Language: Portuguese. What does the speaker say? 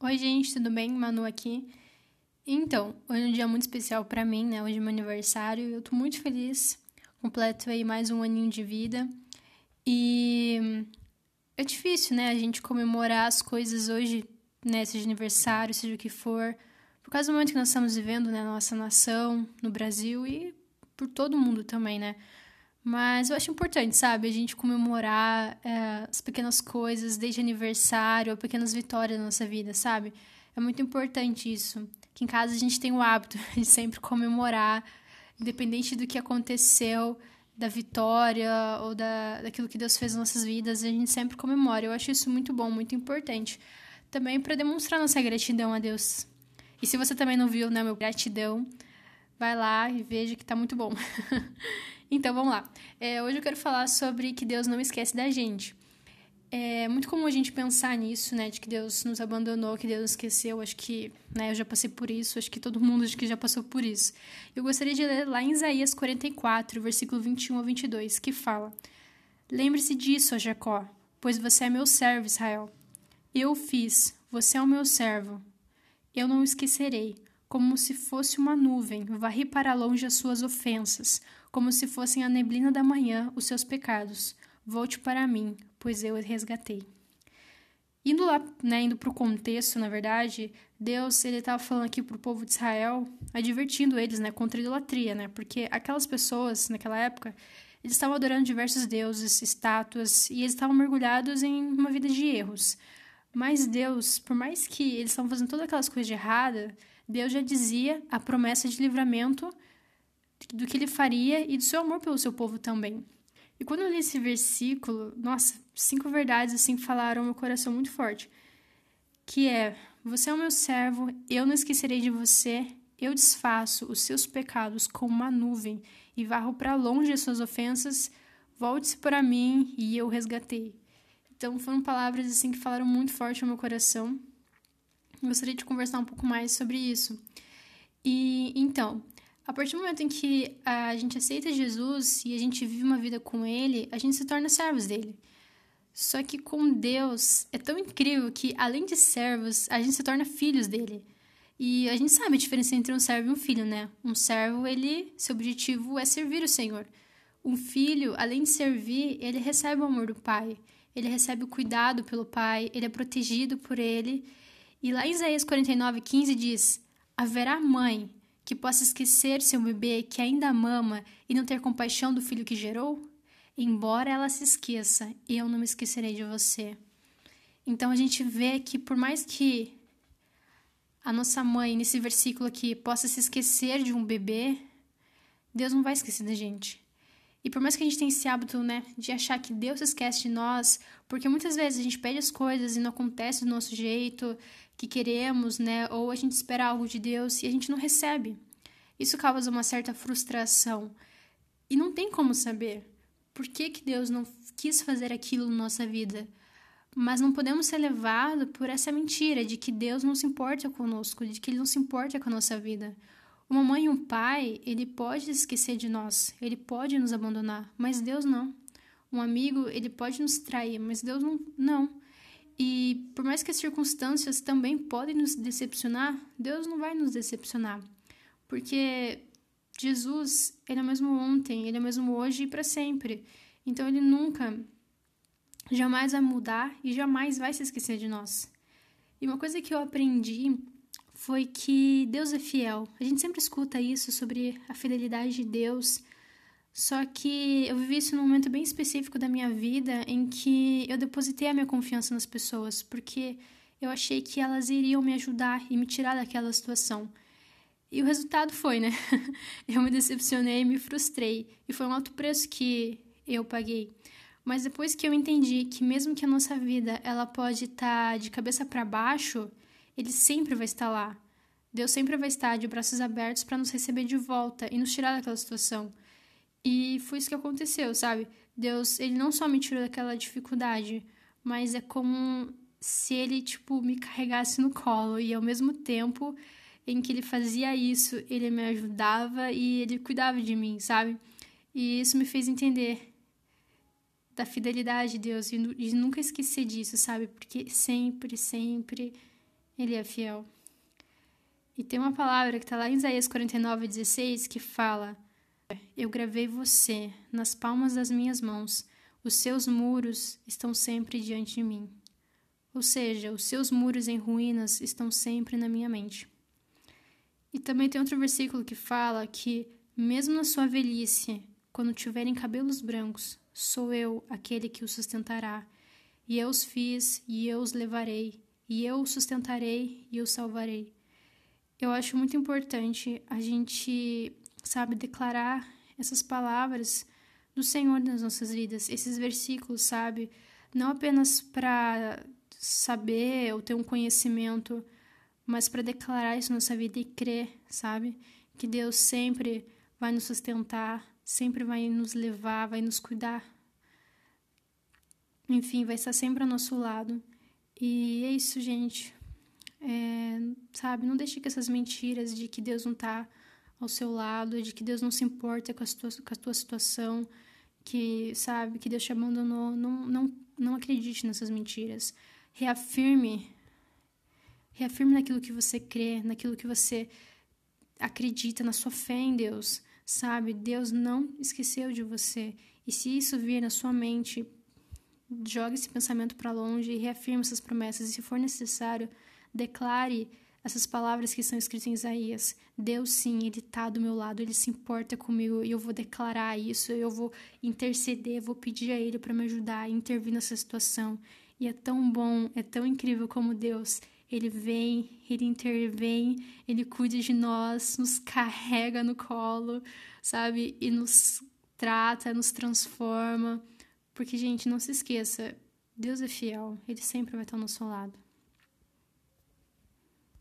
Oi, gente, tudo bem? Manu aqui. Então, hoje é um dia muito especial pra mim, né? Hoje é meu aniversário. Eu tô muito feliz. Completo aí mais um aninho de vida. E é difícil, né? A gente comemorar as coisas hoje, né? Seja aniversário, seja o que for. Por causa do momento que nós estamos vivendo, né? Na nossa nação, no Brasil e por todo o mundo também, né? Mas eu acho importante, sabe? A gente comemorar as pequenas coisas, desde aniversário, ou pequenas vitórias na nossa vida, sabe? É muito importante isso. Que em casa a gente tem o hábito de sempre comemorar, independente do que aconteceu, da vitória ou daquilo que Deus fez nas nossas vidas, a gente sempre comemora. Eu acho isso muito bom, muito importante. Também para demonstrar nossa gratidão a Deus. E se você também não viu, né, meu gratidão, vai lá e veja que tá muito bom. Então, vamos lá. Hoje eu quero falar sobre que Deus não esquece da gente. É muito comum a gente pensar nisso, né? De que Deus nos abandonou, que Deus nos esqueceu. Acho que, né, eu já passei por isso. Acho que todo mundo acho que já passou por isso. Eu gostaria de ler lá em Isaías 44, versículo 21 a 22, que fala: Lembre-se disso, ó Jacó, pois você é meu servo, Israel. Eu o fiz, você é o meu servo. Eu não o esquecerei, como se fosse uma nuvem, varri para longe as suas ofensas, como se fossem a neblina da manhã os seus pecados. Volte para mim, pois eu o resgatei. Indo lá, né, indo para o contexto, na verdade, Deus, ele estava falando aqui para o povo de Israel, advertindo eles, né, contra a idolatria, né, porque aquelas pessoas, naquela época, eles estavam adorando diversos deuses, estátuas, e eles estavam mergulhados em uma vida de erros. Mas Deus, por mais que eles estavam fazendo todas aquelas coisas de errada, Deus já dizia a promessa de livramento do que ele faria e do seu amor pelo seu povo também. E quando eu li esse versículo, nossa, 5 verdades assim falaram meu coração muito forte. Que é: você é o meu servo, eu não esquecerei de você, eu desfaço os seus pecados como uma nuvem e varro para longe as suas ofensas, volte-se para mim e eu o resgatei. Então foram palavras assim que falaram muito forte no meu coração. Eu gostaria de conversar um pouco mais sobre isso. E então, a partir do momento em que a gente aceita Jesus e a gente vive uma vida com Ele, a gente se torna servos dele. Só que com Deus é tão incrível que, além de servos, a gente se torna filhos dele. E a gente sabe a diferença entre um servo e um filho, né? Um servo, seu objetivo é servir o Senhor. Um filho, além de servir, ele recebe o amor do pai. Ele recebe o cuidado pelo pai, ele é protegido por ele. E lá em Isaías 49:15 diz: haverá mãe que possa esquecer seu bebê que ainda mama e não ter compaixão do filho que gerou? Embora ela se esqueça, eu não me esquecerei de você. Então a gente vê que por mais que a nossa mãe, nesse versículo aqui, possa se esquecer de um bebê, Deus não vai esquecer da gente. E por mais que a gente tenha esse hábito, né, de achar que Deus se esquece de nós, porque muitas vezes a gente pede as coisas e não acontece do nosso jeito que queremos, né, ou a gente espera algo de Deus e a gente não recebe. Isso causa uma certa frustração. E não tem como saber por que Deus não quis fazer aquilo na nossa vida. Mas não podemos ser levados por essa mentira de que Deus não se importa conosco, de que Ele não se importa com a nossa vida. Uma mãe e um pai, ele pode esquecer de nós, ele pode nos abandonar, mas Deus não. Um amigo, ele pode nos trair, mas Deus não. E por mais que as circunstâncias também podem nos decepcionar, Deus não vai nos decepcionar. Porque Jesus, ele é o mesmo ontem, ele é o mesmo hoje e para sempre. Então ele nunca, jamais vai mudar e jamais vai se esquecer de nós. E uma coisa que eu aprendi foi que Deus é fiel. A gente sempre escuta isso sobre a fidelidade de Deus, só que eu vivi isso num momento bem específico da minha vida em que eu depositei a minha confiança nas pessoas, porque eu achei que elas iriam me ajudar e me tirar daquela situação. E o resultado foi, né? Eu me decepcionei e me frustrei. E foi um alto preço que eu paguei. Mas depois que eu entendi que mesmo que a nossa vida ela pode estar de cabeça para baixo, Ele sempre vai estar lá. Deus sempre vai estar de braços abertos para nos receber de volta e nos tirar daquela situação. E foi isso que aconteceu, sabe? Deus, Ele não só me tirou daquela dificuldade, mas é como se Ele, me carregasse no colo. E ao mesmo tempo em que Ele fazia isso, Ele me ajudava e Ele cuidava de mim, sabe? E isso me fez entender da fidelidade de Deus e nunca esquecer disso, sabe? Porque sempre Ele é fiel. E tem uma palavra que está lá em Isaías 49:16 que fala: eu gravei você nas palmas das minhas mãos, os seus muros estão sempre diante de mim. Ou seja, os seus muros em ruínas estão sempre na minha mente. E também tem outro versículo que fala que, mesmo na sua velhice, quando tiverem cabelos brancos, sou eu aquele que os sustentará. E eu os fiz, e eu os levarei, e eu os sustentarei, e os salvarei. Eu acho muito importante a gente, declarar essas palavras do Senhor nas nossas vidas, esses versículos, não apenas para saber ou ter um conhecimento, mas para declarar isso na nossa vida e crer, que Deus sempre vai nos sustentar, sempre vai nos levar, vai nos cuidar. Enfim, vai estar sempre ao nosso lado. E é isso, gente. Não deixe que essas mentiras de que Deus não está ao seu lado, de que Deus não se importa com a tua situação, que Deus te abandonou, não acredite nessas mentiras. Reafirme naquilo que você crê, naquilo que você acredita, na sua fé em Deus, Deus não esqueceu de você. E se isso vir na sua mente, jogue esse pensamento para longe e reafirme essas promessas. E se for necessário, declare essas palavras que são escritas em Isaías. Deus, sim, Ele está do meu lado, Ele se importa comigo e eu vou declarar isso, eu vou interceder, vou pedir a Ele para me ajudar a intervir nessa situação. E é tão bom, é tão incrível como Deus, Ele vem, Ele intervém, Ele cuida de nós, nos carrega no colo, e nos trata, nos transforma. Porque, gente, não se esqueça, Deus é fiel, Ele sempre vai estar ao nosso lado.